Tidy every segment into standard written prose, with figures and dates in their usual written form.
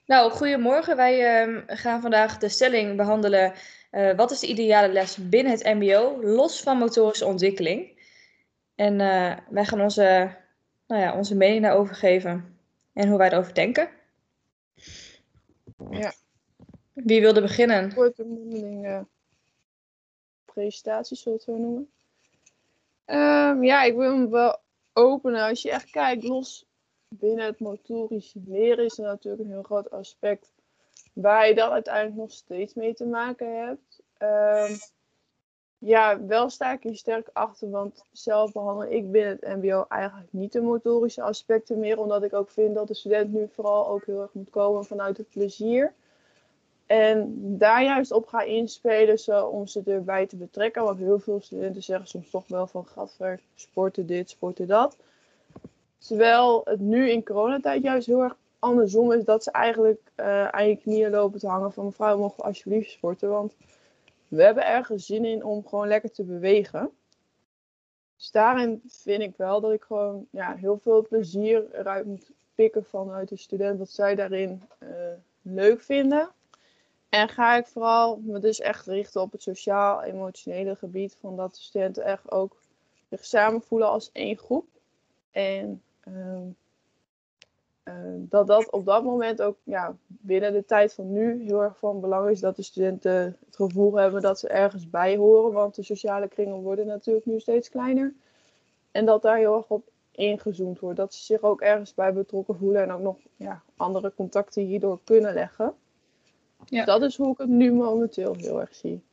Nou, goedemorgen. Wij gaan vandaag de stelling behandelen. Wat is de ideale les binnen het MBO, los van motorische ontwikkeling? En wij gaan onze mening daarover geven en hoe wij erover denken. Ja, Wie wilde beginnen? korte mondelinge presentatie, zullen we het zo noemen. Ik wil hem wel openen. Als je echt kijkt, los binnen het motorisch leren is er natuurlijk een heel groot aspect waar je dan uiteindelijk nog steeds mee te maken hebt. Wel sta ik hier sterk achter, want zelf behandel ik binnen het mbo eigenlijk niet de motorische aspecten meer, omdat ik ook vind dat de student nu vooral ook heel erg moet komen vanuit het plezier. En daar juist op ga inspelen om ze erbij te betrekken. Want heel veel studenten zeggen soms toch wel van gadver, sporten dit, sporten dat. Terwijl het nu in coronatijd juist heel erg andersom is. Dat ze eigenlijk aan je knieën lopen te hangen van mevrouw, mogen we alsjeblieft sporten. Want we hebben ergens zin in om gewoon lekker te bewegen. Dus daarin vind ik wel dat ik gewoon heel veel plezier eruit moet pikken vanuit de student. Wat zij daarin leuk vinden. En ga ik vooral me dus echt richten op het sociaal-emotionele gebied. Van dat de studenten echt ook zich samen voelen als één groep. En dat op dat moment ook binnen de tijd van nu heel erg van belang is. Dat de studenten het gevoel hebben dat ze ergens bij horen. Want de sociale kringen worden natuurlijk nu steeds kleiner. En dat daar heel erg op ingezoomd wordt. Dat ze zich ook ergens bij betrokken voelen. En ook nog andere contacten hierdoor kunnen leggen. Ja. Dat is hoe ik het nu momenteel heel erg zie.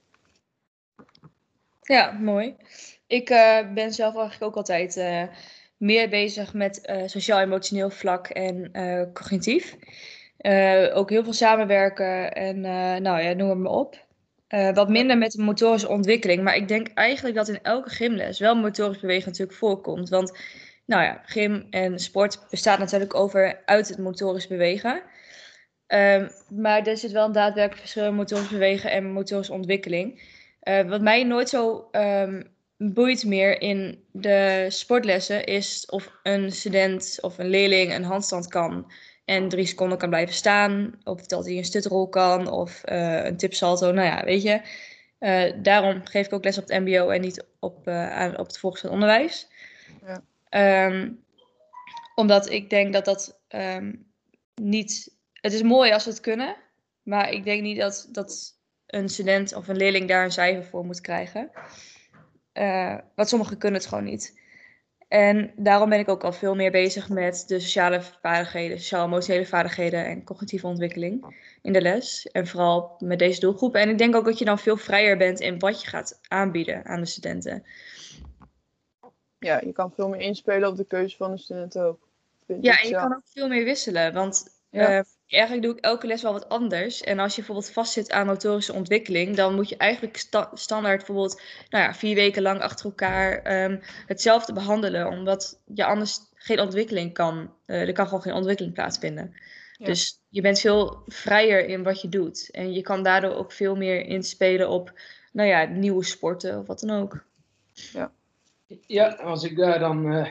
Ja, mooi. Ik ben zelf eigenlijk ook altijd meer bezig met sociaal-emotioneel vlak en cognitief. Ook heel veel samenwerken en noem het maar op. Wat minder met de motorische ontwikkeling. Maar ik denk eigenlijk dat in elke gymles wel motorisch bewegen natuurlijk voorkomt. Want gym en sport bestaat natuurlijk uit het motorisch bewegen. Maar er zit wel een daadwerkelijk verschil in motorisch bewegen en motorische ontwikkeling. Wat mij nooit zo boeit meer in de sportlessen is of een student of een leerling een handstand kan en 3 seconden kan blijven staan. Of dat hij een stutrol kan of een tipsalto. Nou ja, weet je. Daarom geef ik ook les op het mbo en niet op het voortgezet onderwijs. Ja. Omdat ik denk dat niet... Het is mooi als we het kunnen, maar ik denk niet dat een student of een leerling daar een cijfer voor moet krijgen. Want sommigen kunnen het gewoon niet. En daarom ben ik ook al veel meer bezig met de sociale vaardigheden, sociaal-emotionele vaardigheden en cognitieve ontwikkeling in de les. En vooral met deze doelgroepen. En ik denk ook dat je dan veel vrijer bent in wat je gaat aanbieden aan de studenten. Ja, je kan veel meer inspelen op de keuze van de studenten ook. Ja, en je kan ook veel meer wisselen, want eigenlijk doe ik elke les wel wat anders. En als je bijvoorbeeld vastzit aan motorische ontwikkeling, dan moet je eigenlijk standaard bijvoorbeeld 4 weken lang achter elkaar hetzelfde behandelen, omdat je anders geen ontwikkeling kan. Er kan gewoon geen ontwikkeling plaatsvinden. Ja. Dus je bent veel vrijer in wat je doet. En je kan daardoor ook veel meer inspelen op nieuwe sporten of wat dan ook. Ja, als ik daar dan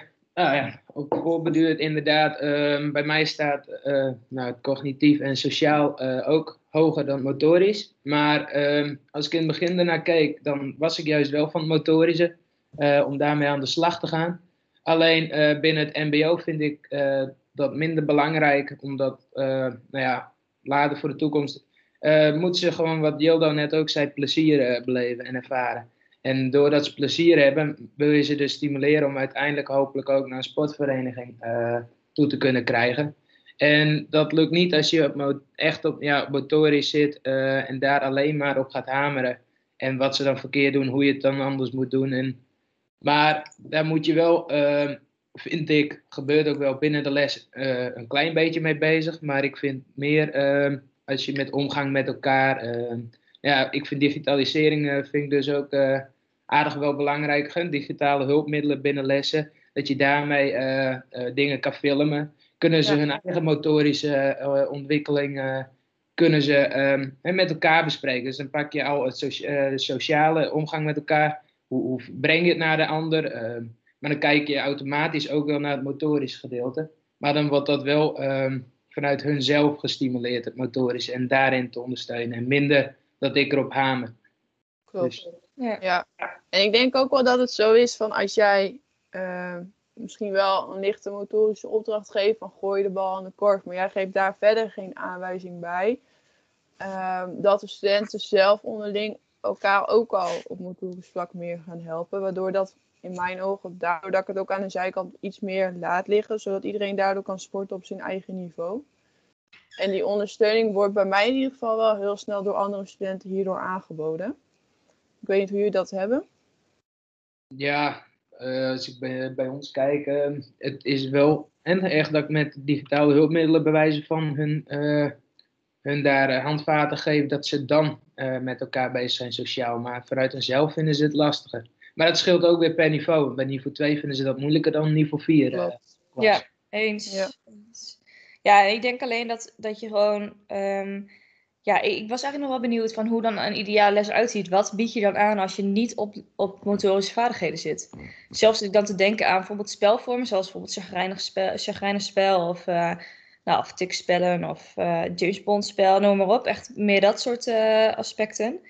op beduurt, inderdaad, bij mij staat het cognitief en sociaal ook hoger dan motorisch. Maar als ik in het begin ernaar keek, dan was ik juist wel van het motorische, om daarmee aan de slag te gaan. Alleen binnen het mbo vind ik dat minder belangrijk, omdat later voor de toekomst moeten ze gewoon, wat Jildo net ook zei, plezier beleven en ervaren. En doordat ze plezier hebben, wil je ze dus stimuleren om uiteindelijk hopelijk ook naar een sportvereniging toe te kunnen krijgen. En dat lukt niet als je echt op motorisch zit en daar alleen maar op gaat hameren. En wat ze dan verkeerd doen, hoe je het dan anders moet doen. Maar daar moet je wel, vind ik, gebeurt ook wel binnen de les een klein beetje mee bezig. Maar ik vind meer als je met omgang met elkaar... ik vind digitalisering vind ik dus ook aardig wel belangrijk. Digitale hulpmiddelen binnen lessen. Dat je daarmee dingen kan filmen. Kunnen ze hun eigen motorische ontwikkeling kunnen ze met elkaar bespreken. Dus dan pak je al het sociale omgang met elkaar. Hoe breng je het naar de ander? Maar dan kijk je automatisch ook wel naar het motorisch gedeelte. Maar dan wordt dat wel vanuit hunzelf gestimuleerd, het motorisch, en daarin te ondersteunen. En minder dat ik erop hamer. Klopt. Dus, Ja. En ik denk ook wel dat het zo is van als jij misschien wel een lichte motorische opdracht geeft van gooi de bal aan de korf, maar jij geeft daar verder geen aanwijzing bij. Dat de studenten zelf onderling elkaar ook al op motorisch vlak meer gaan helpen. Waardoor dat in mijn ogen, daardoor dat ik het ook aan de zijkant iets meer laat liggen. Zodat iedereen daardoor kan sporten op zijn eigen niveau. En die ondersteuning wordt bij mij in ieder geval wel heel snel door andere studenten hierdoor aangeboden. Ik weet niet hoe jullie dat hebben. ja, als ik bij ons kijk, het is wel echt dat ik met digitale hulpmiddelen bewijzen van hun daar handvaten geef, dat ze dan met elkaar bezig zijn sociaal. Maar vanuit hunzelf vinden ze het lastiger. Maar dat scheelt ook weer per niveau. Bij niveau 2 vinden ze dat moeilijker dan niveau 4. Klopt. Ja, eens. Ja. Ja, ik denk alleen dat je gewoon... ja, ik was eigenlijk nog wel benieuwd van hoe dan een ideale les eruit ziet. Wat bied je dan aan als je niet op motorische vaardigheden zit? Zelfs ik dan te denken aan bijvoorbeeld spelvormen, zoals bijvoorbeeld chagrijnig spel of tikspellen of James Bond spel, noem maar op. Echt meer dat soort aspecten.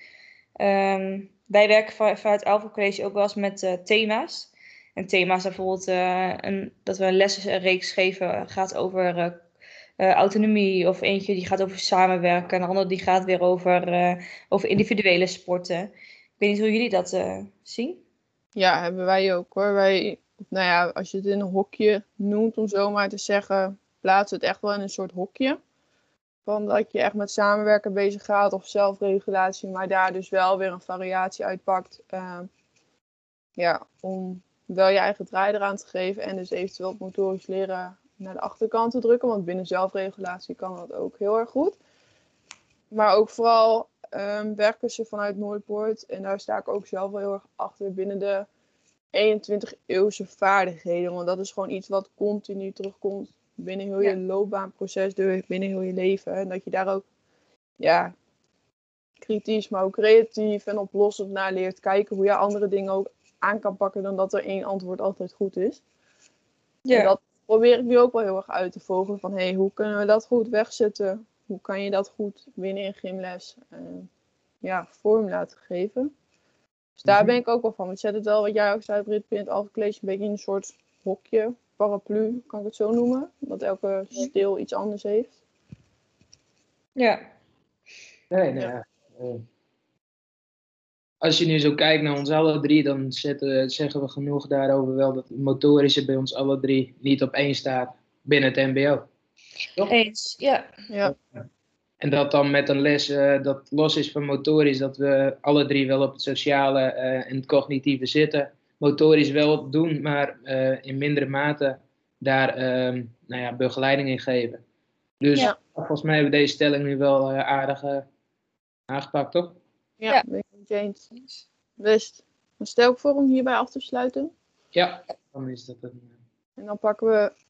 Wij werken vanuit Alpha College ook wel eens met thema's. En thema's zijn bijvoorbeeld dat we een lesreeks geven gaat over autonomie, of eentje die gaat over samenwerken, en een andere die gaat weer over individuele sporten. Ik weet niet hoe jullie dat zien. Ja, hebben wij ook hoor. Nou ja, als je het in een hokje noemt, om zo maar te zeggen, plaatsen we het echt wel in een soort hokje. Van dat je echt met samenwerken bezig gaat of zelfregulatie, maar daar dus wel weer een variatie uitpakt. Ja, om wel je eigen draai eraan te geven en dus eventueel het motorisch leren naar de achterkant te drukken. Want binnen zelfregulatie kan dat ook heel erg goed. Maar ook vooral werken ze vanuit Noordpoort. En daar sta ik ook zelf wel heel erg achter binnen de 21e-eeuwse vaardigheden. Want dat is gewoon iets wat continu terugkomt binnen heel je loopbaanproces, binnen heel je leven. En dat je daar ook kritisch, maar ook creatief en oplossend naar leert kijken. Hoe je andere dingen ook aan kan pakken dan dat er één antwoord altijd goed is. Ja. En dat probeer ik nu ook wel heel erg uit te vogelen. Van hoe kunnen we dat goed wegzetten? Hoe kan je dat goed binnen in gymles vorm laten geven? Dus daar ben ik ook wel van. We zetten het wel, wat jij ook zei, Brit, binnen het Alpha College een beetje in een soort hokje, paraplu, kan ik het zo noemen. Dat elke steel iets anders heeft. Ja. Nee. Als je nu zo kijkt naar ons alle drie, dan zeggen we genoeg daarover wel dat het motorische bij ons alle drie niet op één staat binnen het mbo. Toch? Eens, ja. En dat dan met een les dat los is van motorisch, dat we alle drie wel op het sociale en het cognitieve zitten. Motorisch wel doen, maar in mindere mate daar begeleiding in geven. Dus volgens mij hebben we deze stelling nu wel aardig aangepakt, toch? Ja, ben ik met je eens. Best. Dan stel ik voor om hierbij af te sluiten. Ja, dan is dat een... En dan pakken we